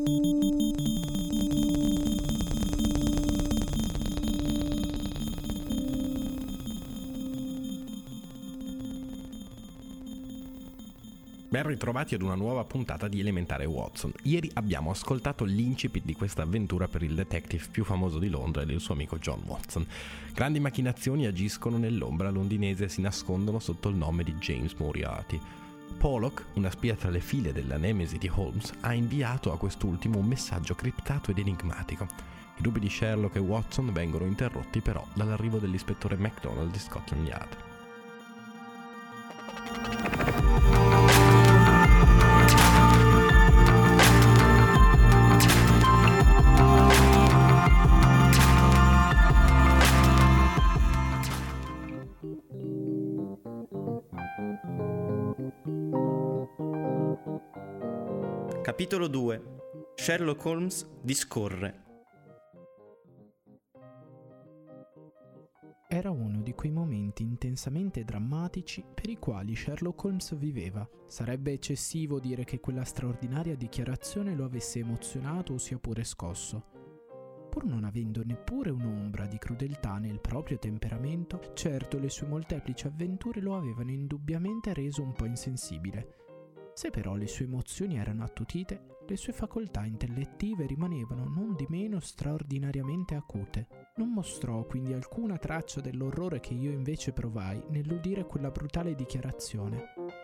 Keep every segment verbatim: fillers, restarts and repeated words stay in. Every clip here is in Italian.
Ben ritrovati ad una nuova puntata di Elementare Watson. Ieri abbiamo ascoltato l'incipit di questa avventura per il detective più famoso di Londra ed il suo amico John Watson. Grandi macchinazioni agiscono nell'ombra londinese e si nascondono sotto il nome di James Moriarty. Pollock, una spia tra le file della nemesi di Holmes, ha inviato a quest'ultimo un messaggio criptato ed enigmatico. I dubbi di Sherlock e Watson vengono interrotti però dall'arrivo dell'ispettore MacDonald di Scotland Yard. Capitolo due. Sherlock Holmes discorre. Era uno di quei momenti intensamente drammatici per i quali Sherlock Holmes viveva. Sarebbe eccessivo dire che quella straordinaria dichiarazione lo avesse emozionato o sia pure scosso. Pur non avendo neppure un'ombra di crudeltà nel proprio temperamento, certo le sue molteplici avventure lo avevano indubbiamente reso un po' insensibile. Se però le sue emozioni erano attutite, le sue facoltà intellettive rimanevano non di meno straordinariamente acute. Non mostrò quindi alcuna traccia dell'orrore che io invece provai nell'udire quella brutale dichiarazione.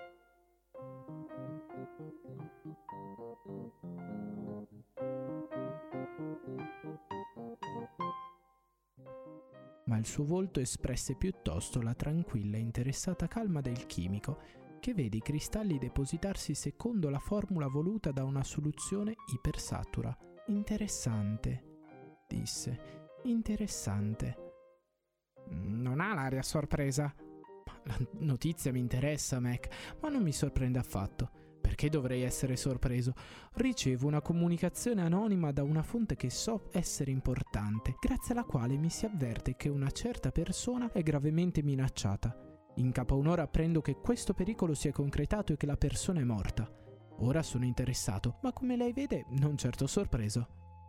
Ma il suo volto espresse piuttosto la tranquilla e interessata calma del chimico, che vede i cristalli depositarsi secondo la formula voluta da una soluzione ipersatura. Interessante, disse, interessante. Non ha l'aria sorpresa? La notizia mi interessa, Mac, ma non mi sorprende affatto. Perché dovrei essere sorpreso? Ricevo una comunicazione anonima da una fonte che so essere importante, grazie alla quale mi si avverte che una certa persona è gravemente minacciata. In capo a un'ora apprendo che questo pericolo si è concretato e che la persona è morta. Ora sono interessato, ma come lei vede, non certo sorpreso.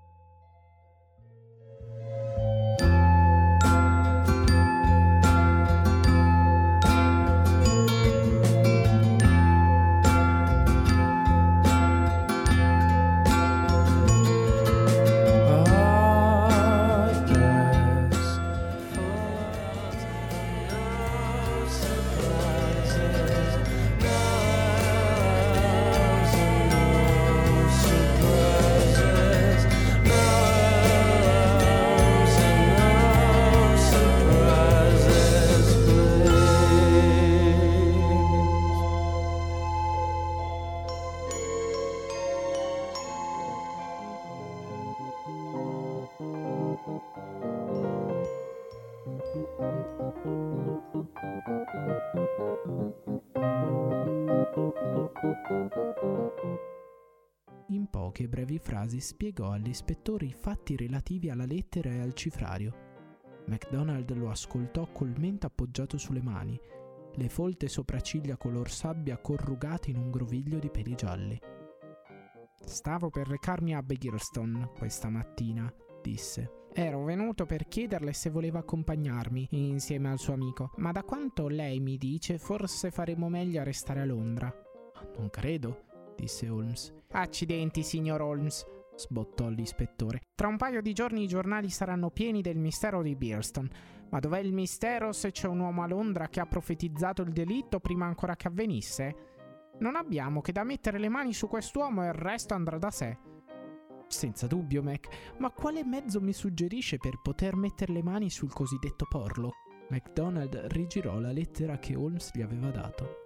In poche brevi frasi spiegò all'ispettore i fatti relativi alla lettera e al cifrario. MacDonald lo ascoltò col mento appoggiato sulle mani, le folte sopracciglia color sabbia corrugate in un groviglio di peli gialli. «Stavo per recarmi a Begirston questa mattina», disse. «Ero venuto per chiederle se voleva accompagnarmi insieme al suo amico, ma da quanto lei mi dice forse faremo meglio a restare a Londra». «Non credo», disse Holmes. «Accidenti, signor Holmes», sbottò l'ispettore. «Tra un paio di giorni i giornali saranno pieni del mistero di Bearston. Ma dov'è il mistero se c'è un uomo a Londra che ha profetizzato il delitto prima ancora che avvenisse? Non abbiamo che da mettere le mani su quest'uomo e il resto andrà da sé». «Senza dubbio, Mac, ma quale mezzo mi suggerisce per poter mettere le mani sul cosiddetto Porlo?» MacDonald rigirò la lettera che Holmes gli aveva dato.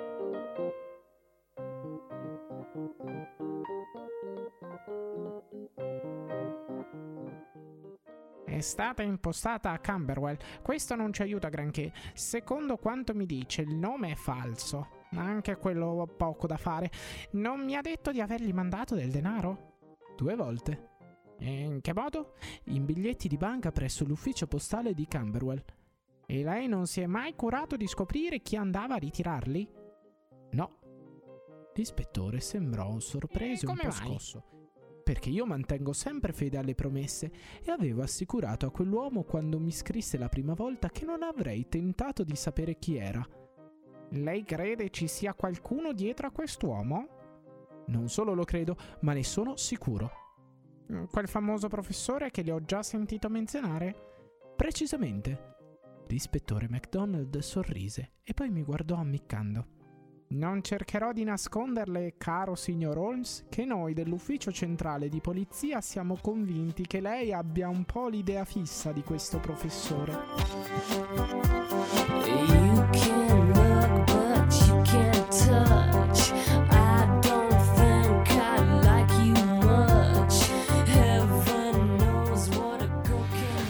«È stata impostata a Camberwell. Questo non ci aiuta granché. Secondo quanto mi dice, il nome è falso. Anche quello ho poco da fare. Non mi ha detto di avergli mandato del denaro?» «Due volte». «E in che modo?» «In biglietti di banca presso l'ufficio postale di Camberwell». «E lei non si è mai curato di scoprire chi andava a ritirarli?» «No». L'ispettore sembrò sorpreso e un po' scosso. perché io mantengo sempre fede alle promesse e avevo assicurato a quell'uomo quando mi scrisse la prima volta che non avrei tentato di sapere chi era. Lei crede ci sia qualcuno dietro a quest'uomo? Non solo lo credo, ma ne sono sicuro. Quel famoso professore che le ho già sentito menzionare? Precisamente. L'ispettore MacDonald sorrise e poi mi guardò ammiccando. Non cercherò di nasconderle, caro signor Holmes, che noi dell'ufficio centrale di polizia siamo convinti che lei abbia un po' l'idea fissa di questo professore. You can look but you can't touch. I don't think I like you much. Heaven knows what a girl can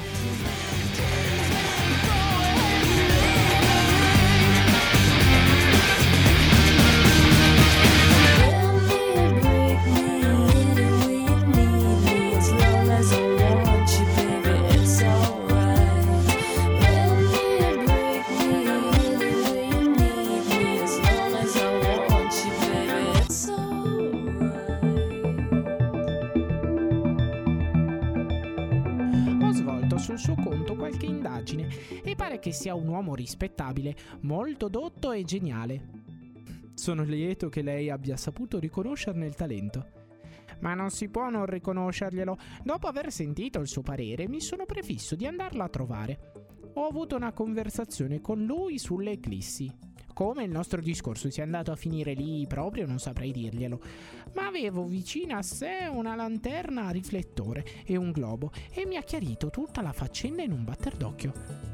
sul suo conto qualche indagine e pare che sia un uomo rispettabile, molto dotto e geniale. Sono lieto che lei abbia saputo riconoscerne il talento. Ma non si può non riconoscerglielo. Dopo aver sentito il suo parere, mi sono prefisso di andarla a trovare. Ho avuto una conversazione con lui sulle eclissi. Come il nostro discorso sia andato a finire lì proprio non saprei dirglielo, ma avevo vicino a sé una lanterna a riflettore e un globo e mi ha chiarito tutta la faccenda in un batter d'occhio.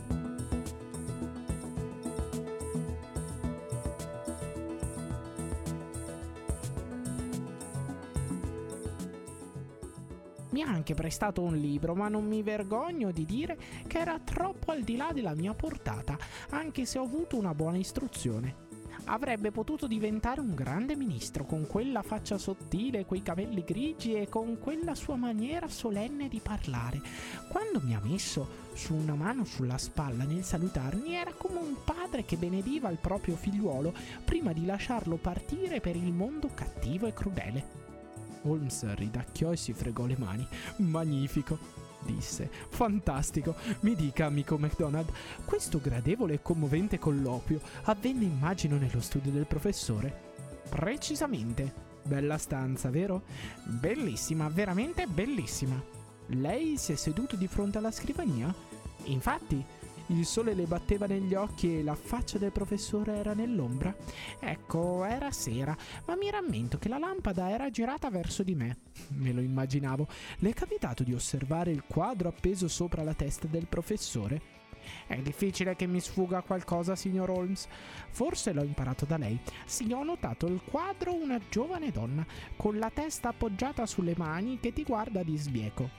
Mi ha anche prestato un libro, ma non mi vergogno di dire che era troppo al di là della mia portata, anche se ho avuto una buona istruzione. Avrebbe potuto diventare un grande ministro, con quella faccia sottile, quei capelli grigi e con quella sua maniera solenne di parlare. Quando mi ha messo su una mano sulla spalla nel salutarmi, era come un padre che benediva il proprio figliuolo prima di lasciarlo partire per il mondo cattivo e crudele. Holmes ridacchiò e si fregò le mani. Magnifico, disse. Fantastico. Mi dica, amico MacDonald, questo gradevole e commovente colloquio avvenne, immagino, nello studio del professore? Precisamente. Bella stanza, vero? Bellissima, veramente bellissima. Lei si è seduto di fronte alla scrivania? Infatti, il sole le batteva negli occhi e la faccia del professore era nell'ombra. Ecco, era sera, ma mi rammento che la lampada era girata verso di me. Me lo immaginavo. Le è capitato di osservare il quadro appeso sopra la testa del professore? È difficile che mi sfugga qualcosa, signor Holmes. Forse l'ho imparato da lei. Sì, ho notato il quadro una giovane donna, con la testa appoggiata sulle mani, che ti guarda di sbieco.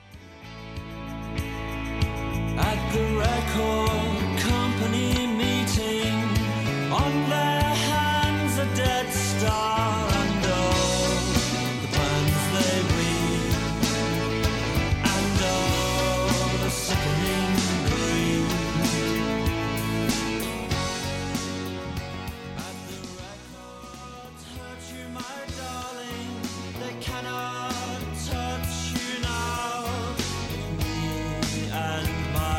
At the record company meeting, on their hands a dead star, and all the plans they read, and all the sickening greed. At the records hurt you, my darling, they cannot touch you now. Me and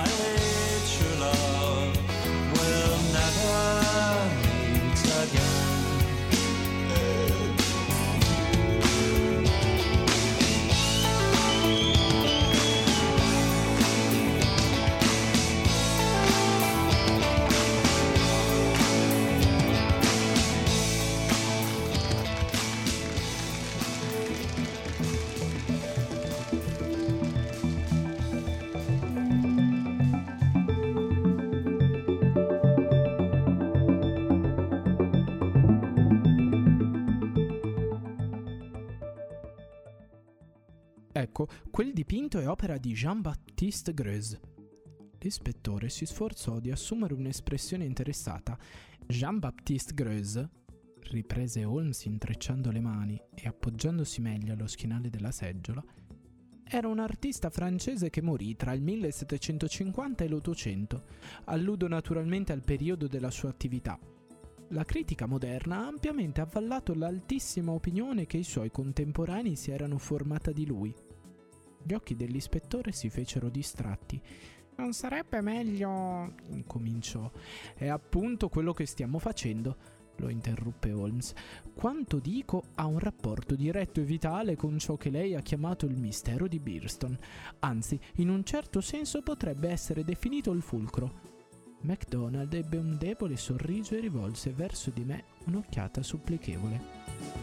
Ecco, quel dipinto è opera di Jean-Baptiste Greuze. L'ispettore si sforzò di assumere un'espressione interessata. Jean-Baptiste Greuze, riprese Holmes intrecciando le mani e appoggiandosi meglio allo schienale della seggiola, era un artista francese che morì tra il millesettecentocinquanta e l'Ottocento. Alludo naturalmente al periodo della sua attività. La critica moderna ha ampiamente avvallato l'altissima opinione che i suoi contemporanei si erano formata di lui. Gli occhi dell'ispettore si fecero distratti. «Non sarebbe meglio...» incominciò. «È appunto quello che stiamo facendo», lo interruppe Holmes. «Quanto dico ha un rapporto diretto e vitale con ciò che lei ha chiamato il mistero di Birston. Anzi, in un certo senso potrebbe essere definito il fulcro». MacDonald ebbe un debole sorriso e rivolse verso di me un'occhiata supplichevole.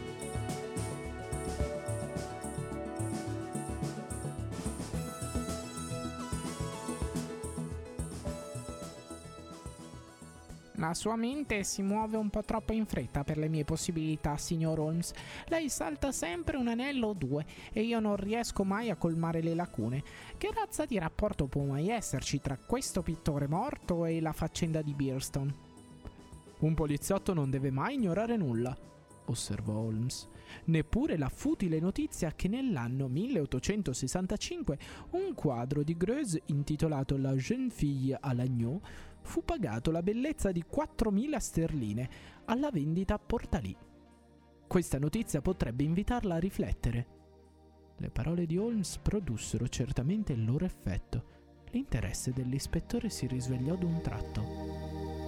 La sua mente si muove un po' troppo in fretta per le mie possibilità, signor Holmes. Lei salta sempre un anello o due e io non riesco mai a colmare le lacune. Che razza di rapporto può mai esserci tra questo pittore morto e la faccenda di Birston? Un poliziotto non deve mai ignorare nulla, osservò Holmes. Neppure la futile notizia che nell'anno milleottocentosessantacinque un quadro di Greuze intitolato La jeune fille à l'agneau fu pagato la bellezza di quattromila sterline alla vendita a Portalì. Questa notizia potrebbe invitarla a riflettere. Le parole di Holmes produssero certamente il loro effetto. L'interesse dell'ispettore si risvegliò d'un tratto.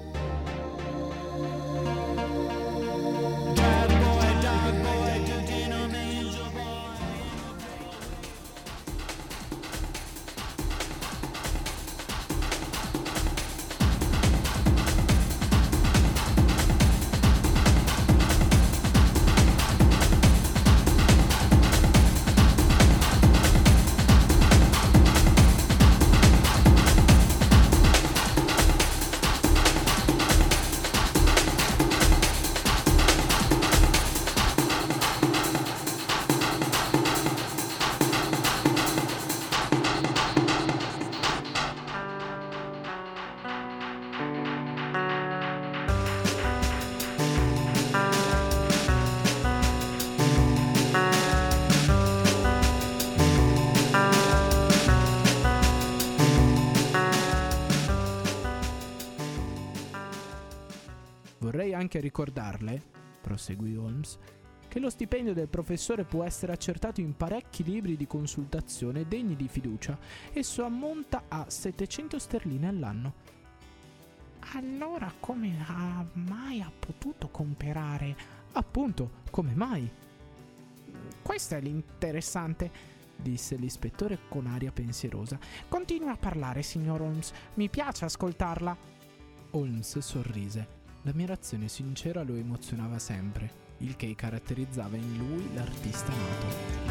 Vorrei anche ricordarle, proseguì Holmes, che lo stipendio del professore può essere accertato in parecchi libri di consultazione degni di fiducia. Esso ammonta a settecento sterline all'anno. Allora come ha mai ha potuto comprare? Appunto, come mai? Questo è l'interessante, disse l'ispettore con aria pensierosa. Continui a parlare, signor Holmes, mi piace ascoltarla. Holmes sorrise. L'ammirazione sincera lo emozionava sempre, il che caratterizzava in lui l'artista nato.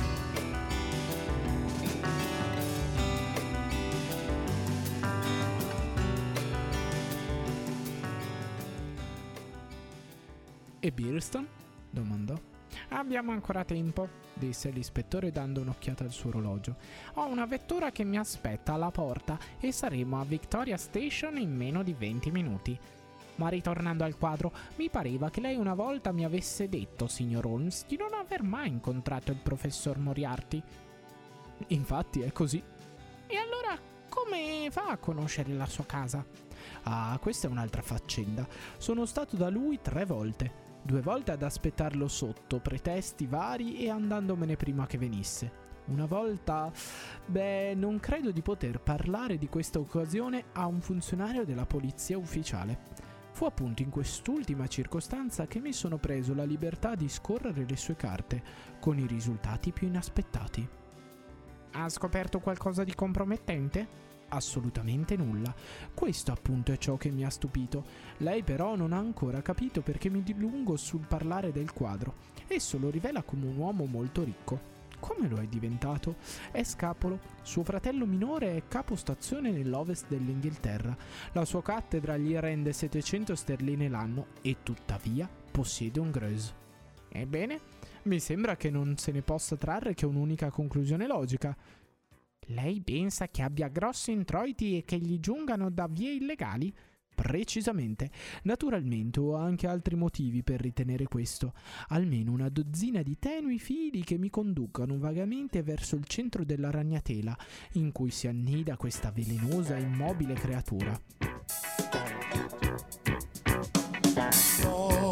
E Birston? Domandò. Abbiamo ancora tempo, disse l'ispettore dando un'occhiata al suo orologio. Ho una vettura che mi aspetta alla porta e saremo a Victoria Station in meno di venti minuti. Ma ritornando al quadro, mi pareva che lei una volta mi avesse detto, signor Holmes, di non aver mai incontrato il professor Moriarty. Infatti è così. E allora come fa a conoscere la sua casa? Ah, questa è un'altra faccenda. Sono stato da lui tre volte. Due volte ad aspettarlo sotto pretesti vari e andandomene prima che venisse. Una volta... beh, non credo di poter parlare di questa occasione a un funzionario della polizia ufficiale. Fu appunto in quest'ultima circostanza che mi sono preso la libertà di scorrere le sue carte, con i risultati più inaspettati. Ha scoperto qualcosa di compromettente? Assolutamente nulla. Questo appunto è ciò che mi ha stupito. Lei però non ha ancora capito perché mi dilungo sul parlare del quadro. Esso lo rivela come un uomo molto ricco. Come lo è diventato? È scapolo. Suo fratello minore è capostazione nell'ovest dell'Inghilterra. La sua cattedra gli rende settecento sterline l'anno e tuttavia possiede un Greuze. Ebbene, mi sembra che non se ne possa trarre che un'unica conclusione logica. Lei pensa che abbia grossi introiti e che gli giungano da vie illegali? Precisamente. Naturalmente ho anche altri motivi per ritenere questo. Almeno una dozzina di tenui fili che mi conducano vagamente verso il centro della ragnatela in cui si annida questa velenosa e immobile creatura. Oh.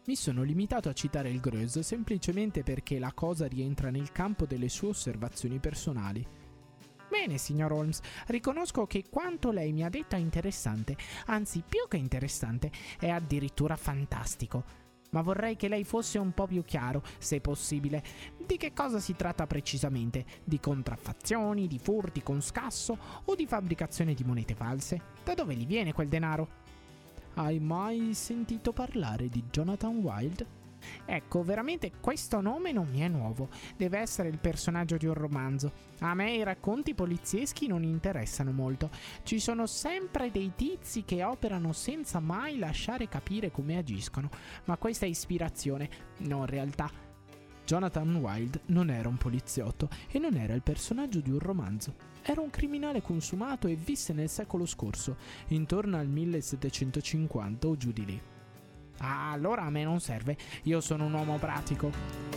Mi sono limitato a citare il Greuze semplicemente perché la cosa rientra nel campo delle sue osservazioni personali. Bene, signor Holmes, riconosco che quanto lei mi ha detto è interessante, anzi più che interessante, è addirittura fantastico. Ma vorrei che lei fosse un po' più chiaro, se possibile. Di che cosa si tratta precisamente? Di contraffazioni, di furti con scasso o di fabbricazione di monete false? Da dove gli viene quel denaro? Hai mai sentito parlare di Jonathan Wild? Ecco, veramente questo nome non mi è nuovo. Deve essere il personaggio di un romanzo. A me i racconti polizieschi non interessano molto. Ci sono sempre dei tizi che operano senza mai lasciare capire come agiscono. Ma questa è ispirazione, non realtà. Jonathan Wild non era un poliziotto e non era il personaggio di un romanzo. Era un criminale consumato e visse nel secolo scorso, intorno al millesettecentocinquanta o giù di lì. Ah, allora a me non serve, io sono un uomo pratico.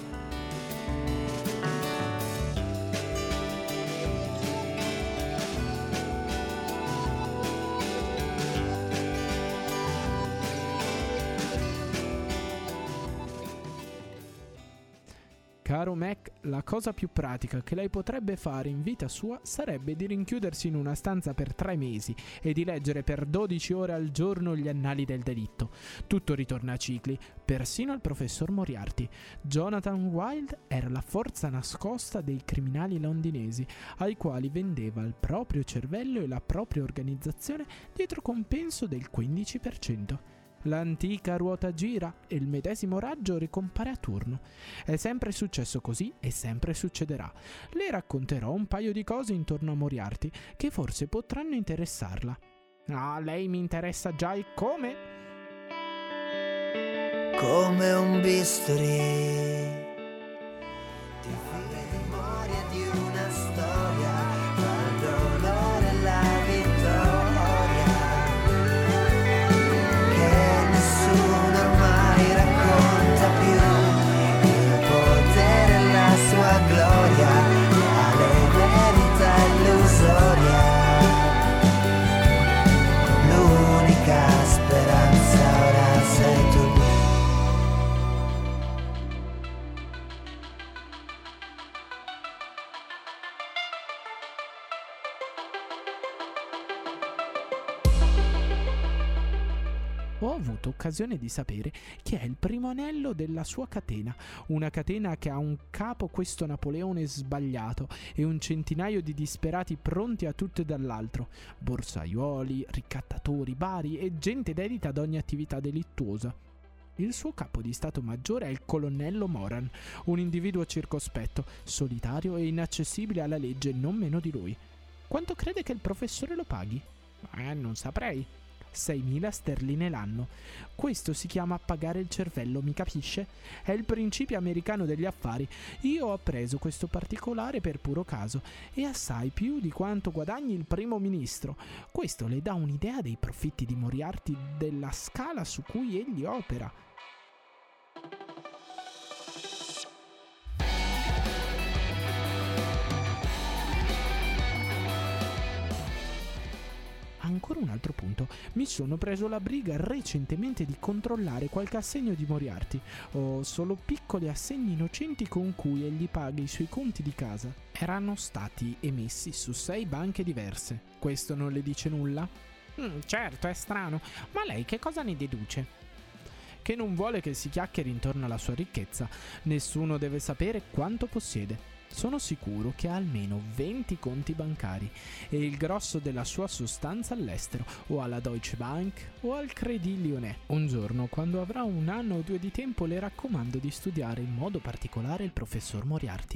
Caro Mac, la cosa più pratica che lei potrebbe fare in vita sua sarebbe di rinchiudersi in una stanza per tre mesi e di leggere per dodici ore al giorno gli annali del delitto. Tutto ritorna a cicli, persino il professor Moriarty. Jonathan Wild era la forza nascosta dei criminali londinesi, ai quali vendeva il proprio cervello e la propria organizzazione dietro compenso del quindici per cento. L'antica ruota gira e il medesimo raggio ricompare a turno. È sempre successo così e sempre succederà. Le racconterò un paio di cose intorno a Moriarty che forse potranno interessarla. Ah, lei mi interessa già e come? Come un bisturi ti fai memoria di una storia tra il dolore e la vittoria che nessuno ormai racconta più, il potere e la sua gloria, la verità illusoria, l'unica speranza ora sei tu. Ho avuto occasione di sapere che è il primo anello della sua catena, una catena che ha un capo questo Napoleone sbagliato e un centinaio di disperati pronti a tutto e dall'altro, borsaiuoli, ricattatori, bari e gente dedita ad ogni attività delittuosa. Il suo capo di stato maggiore è il colonnello Moran, un individuo circospetto, solitario e inaccessibile alla legge non meno di lui. Quanto crede che il professore lo paghi? Eh, non saprei. seimila sterline l'anno. Questo si chiama pagare il cervello, mi capisce? È il principio americano degli affari. Io ho appreso questo particolare per puro caso e assai più di quanto guadagni il primo ministro. Questo le dà un'idea dei profitti di Moriarty, della scala su cui egli opera. Ancora un altro punto, mi sono preso la briga recentemente di controllare qualche assegno di Moriarty. Ho solo piccoli assegni innocenti con cui egli paga i suoi conti di casa. Erano stati emessi su sei banche diverse. Questo non le dice nulla? Mm, certo, è strano, ma lei che cosa ne deduce? Che non vuole che si chiacchieri intorno alla sua ricchezza. Nessuno deve sapere quanto possiede. Sono sicuro che ha almeno venti conti bancari e il grosso della sua sostanza all'estero, o alla Deutsche Bank o al Crédit Lyonnais. Un giorno, quando avrà un anno o due di tempo, le raccomando di studiare in modo particolare il professor Moriarty.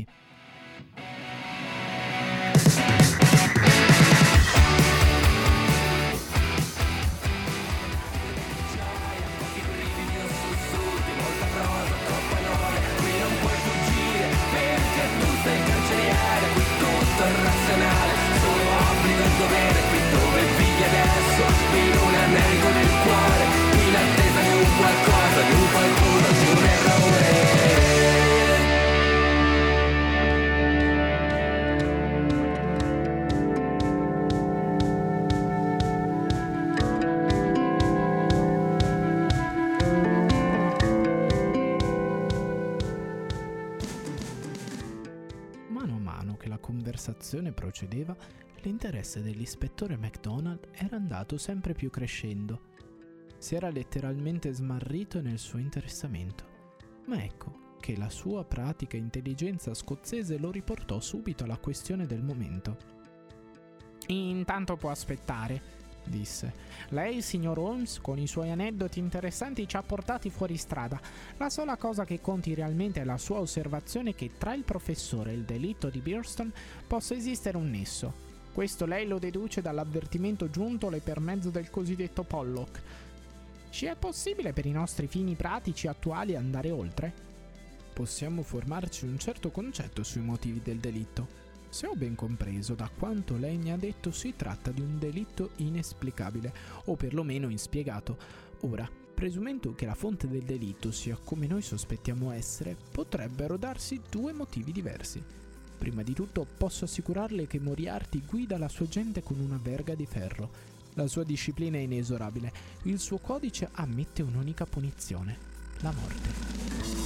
conversazione procedeva, l'interesse dell'ispettore MacDonald era andato sempre più crescendo. Si era letteralmente smarrito nel suo interessamento, ma ecco che la sua pratica intelligenza scozzese lo riportò subito alla questione del momento. «Intanto può aspettare», disse. «Lei, signor Holmes, con i suoi aneddoti interessanti ci ha portati fuori strada. La sola cosa che conti realmente è la sua osservazione che tra il professore e il delitto di Birston possa esistere un nesso. Questo lei lo deduce dall'avvertimento giuntole per mezzo del cosiddetto Pollock. Ci è possibile per i nostri fini pratici attuali andare oltre?» «Possiamo formarci un certo concetto sui motivi del delitto. Se ho ben compreso da quanto lei mi ha detto, si tratta di un delitto inesplicabile, o perlomeno inspiegato. Ora, presumendo che la fonte del delitto sia come noi sospettiamo essere, potrebbero darsi due motivi diversi. Prima di tutto, posso assicurarle che Moriarty guida la sua gente con una verga di ferro. La sua disciplina è inesorabile. Il suo codice ammette un'unica punizione: la morte.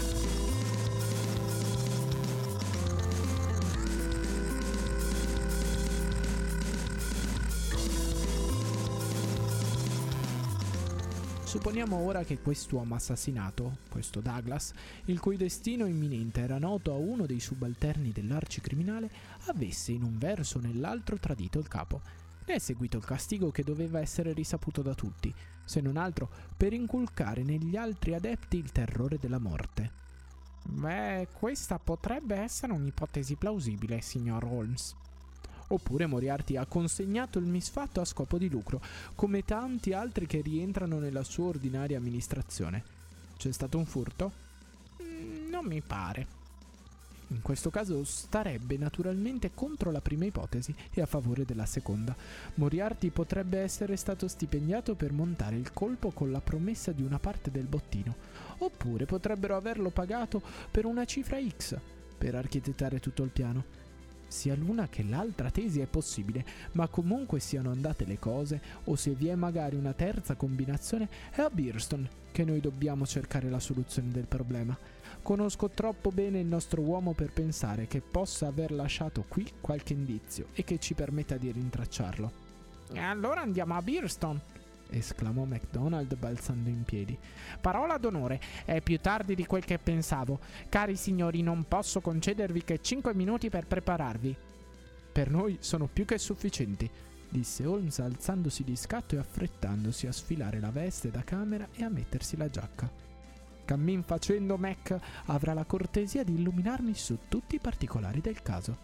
Supponiamo ora che quest'uomo assassinato, questo Douglas, il cui destino imminente era noto a uno dei subalterni dell'arcicriminale, avesse in un verso o nell'altro tradito il capo. Ne è seguito il castigo che doveva essere risaputo da tutti, se non altro per inculcare negli altri adepti il terrore della morte. Beh, questa potrebbe essere un'ipotesi plausibile, signor Holmes. Oppure Moriarty ha consegnato il misfatto a scopo di lucro, come tanti altri che rientrano nella sua ordinaria amministrazione. C'è stato un furto? Mm, non mi pare. In questo caso starebbe naturalmente contro la prima ipotesi e a favore della seconda. Moriarty potrebbe essere stato stipendiato per montare il colpo con la promessa di una parte del bottino, oppure potrebbero averlo pagato per una cifra X per architettare tutto il piano. Sia l'una che l'altra tesi è possibile, ma comunque siano andate le cose, o se vi è magari una terza combinazione, è a Birston che noi dobbiamo cercare la soluzione del problema. Conosco troppo bene il nostro uomo per pensare che possa aver lasciato qui qualche indizio e che ci permetta di rintracciarlo. E allora andiamo a Birston, esclamò MacDonald balzando in piedi. Parola d'onore, è più tardi di quel che pensavo. Cari signori, non posso concedervi che cinque minuti per prepararvi. Per noi sono più che sufficienti, disse Holmes alzandosi di scatto e affrettandosi a sfilare la veste da camera e a mettersi la giacca. Cammin facendo, Mac avrà la cortesia di illuminarmi su tutti i particolari del caso.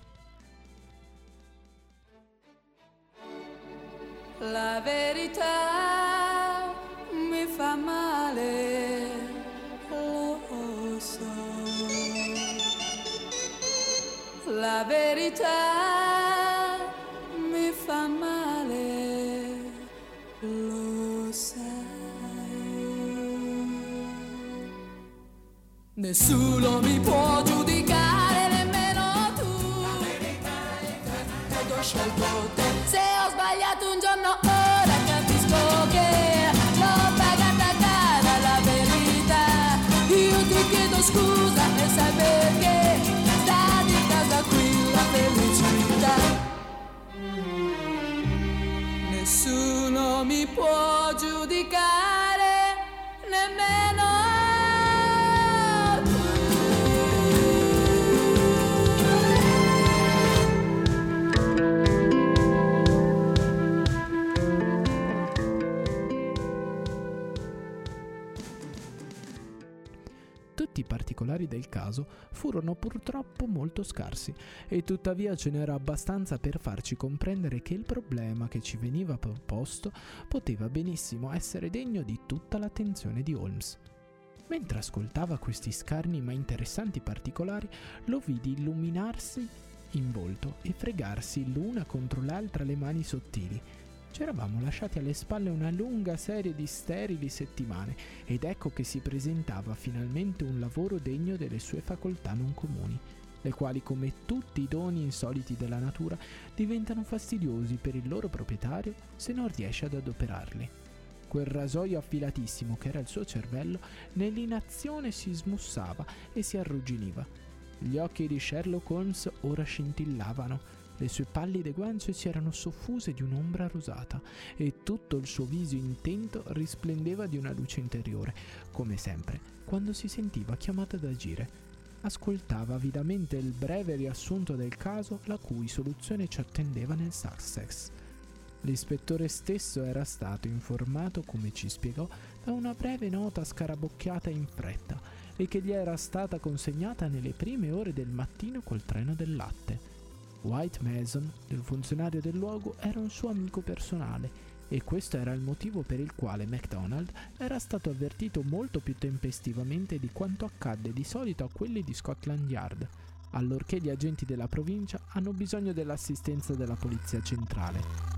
La verità mi fa male, lo so. La verità mi fa male, lo sai. Nessuno mi può giudicare, nemmeno tu. La verità è che ho scelto te. Se ho sbagliato un giorno, ora capisco che l'ho pagata cara la verità. Io ti chiedo scusa e sai perché sta di casa qui la felicità. Nessuno mi può giudicare, nemmeno Tutti i particolari del caso furono purtroppo molto scarsi, e tuttavia ce n'era abbastanza per farci comprendere che il problema che ci veniva proposto poteva benissimo essere degno di tutta l'attenzione di Holmes. Mentre ascoltava questi scarni ma interessanti particolari, lo vidi illuminarsi in volto e fregarsi l'una contro l'altra le mani sottili. Ci eravamo lasciati alle spalle una lunga serie di sterili settimane, ed ecco che si presentava finalmente un lavoro degno delle sue facoltà non comuni, le quali, come tutti i doni insoliti della natura, diventano fastidiosi per il loro proprietario se non riesce ad adoperarli. Quel rasoio affilatissimo che era il suo cervello, nell'inazione si smussava e si arrugginiva. Gli occhi di Sherlock Holmes ora scintillavano, Le sue pallide guance si erano soffuse di un'ombra rosata e tutto il suo viso intento risplendeva di una luce interiore, come sempre, quando si sentiva chiamata ad agire. Ascoltava avidamente il breve riassunto del caso, la cui soluzione ci attendeva nel Sussex. L'ispettore stesso era stato informato, come ci spiegò, da una breve nota scarabocchiata in fretta e che gli era stata consegnata nelle prime ore del mattino col treno del latte. White Mason, il funzionario del luogo, era un suo amico personale e questo era il motivo per il quale MacDonald era stato avvertito molto più tempestivamente di quanto accadde di solito a quelli di Scotland Yard, allorché gli agenti della provincia hanno bisogno dell'assistenza della polizia centrale.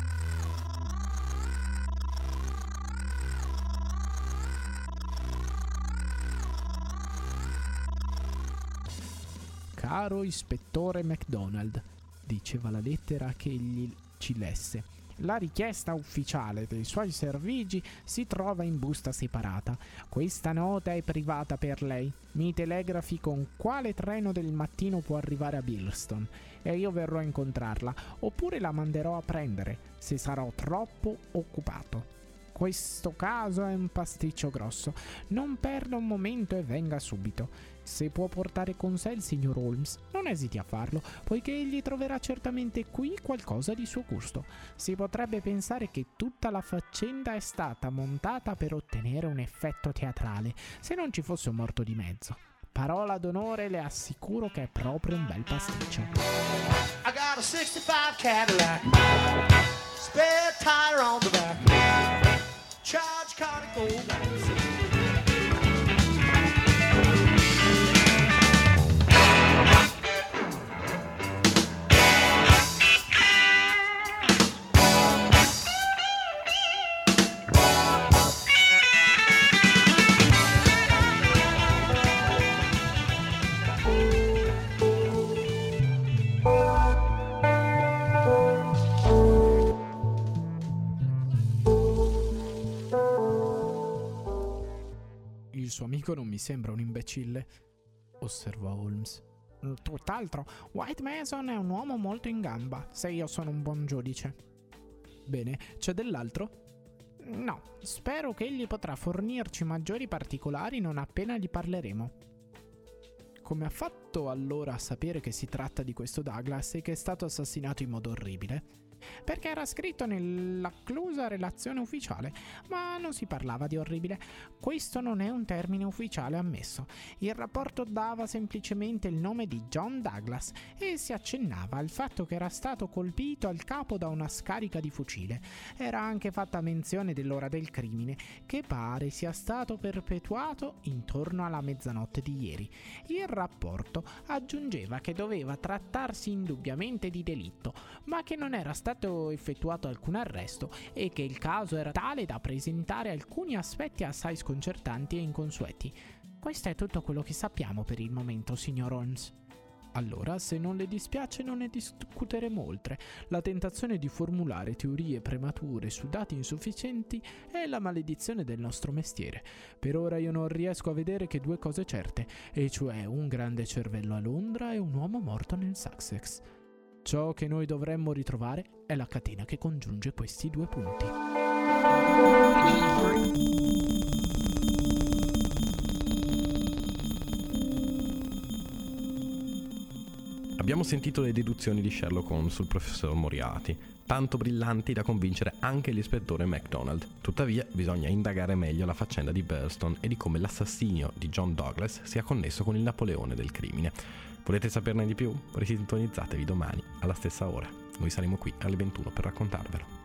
Caro ispettore MacDonald, diceva la lettera che egli ci lesse, la richiesta ufficiale dei suoi servigi si trova in busta separata. Questa nota è privata per lei. Mi telegrafi con quale treno del mattino può arrivare a Bilston e io verrò a incontrarla, oppure la manderò a prendere se sarò troppo occupato. Questo caso è un pasticcio grosso. Non perda un momento e venga subito. Se può portare con sé il signor Holmes, non esiti a farlo, poiché egli troverà certamente qui qualcosa di suo gusto. Si potrebbe pensare che tutta la faccenda è stata montata per ottenere un effetto teatrale, se non ci fosse un morto di mezzo. Parola d'onore, le assicuro che è proprio un bel pasticcio. I got a sixty-five Cadillac, spare tire on the back, charge card and gold. Il suo amico non mi sembra un imbecille, osservò Holmes. Tutt'altro, White Mason è un uomo molto in gamba, se io sono un buon giudice. Bene, c'è dell'altro? No, spero che egli potrà fornirci maggiori particolari non appena gli parleremo. Come ha fatto allora a sapere che si tratta di questo Douglas e che è stato assassinato in modo orribile? Perché era scritto nell'acclusa relazione ufficiale, ma non si parlava di orribile. Questo non è un termine ufficiale ammesso. Il rapporto dava semplicemente il nome di John Douglas e si accennava al fatto che era stato colpito al capo da una scarica di fucile. Era anche fatta menzione dell'ora del crimine, che pare sia stato perpetuato intorno alla mezzanotte di ieri. Il rapporto aggiungeva che doveva trattarsi indubbiamente di delitto, ma che non era stato effettuato alcun arresto e che il caso era tale da presentare alcuni aspetti assai sconcertanti e inconsueti. Questo è tutto quello che sappiamo per il momento, signor Holmes. Allora, se non le dispiace, non ne discuteremo oltre. La tentazione di formulare teorie premature su dati insufficienti è la maledizione del nostro mestiere. Per ora io non riesco a vedere che due cose certe, e cioè un grande cervello a Londra e un uomo morto nel Sussex. Ciò che noi dovremmo ritrovare è la catena che congiunge questi due punti. Abbiamo sentito le deduzioni di Sherlock Holmes sul professor Moriarty, tanto brillanti da convincere anche l'ispettore MacDonald. Tuttavia, bisogna indagare meglio la faccenda di Burston e di come l'assassinio di John Douglas sia connesso con il Napoleone del crimine. Volete saperne di più? Risintonizzatevi domani alla stessa ora. Noi saremo qui alle ventuno per raccontarvelo.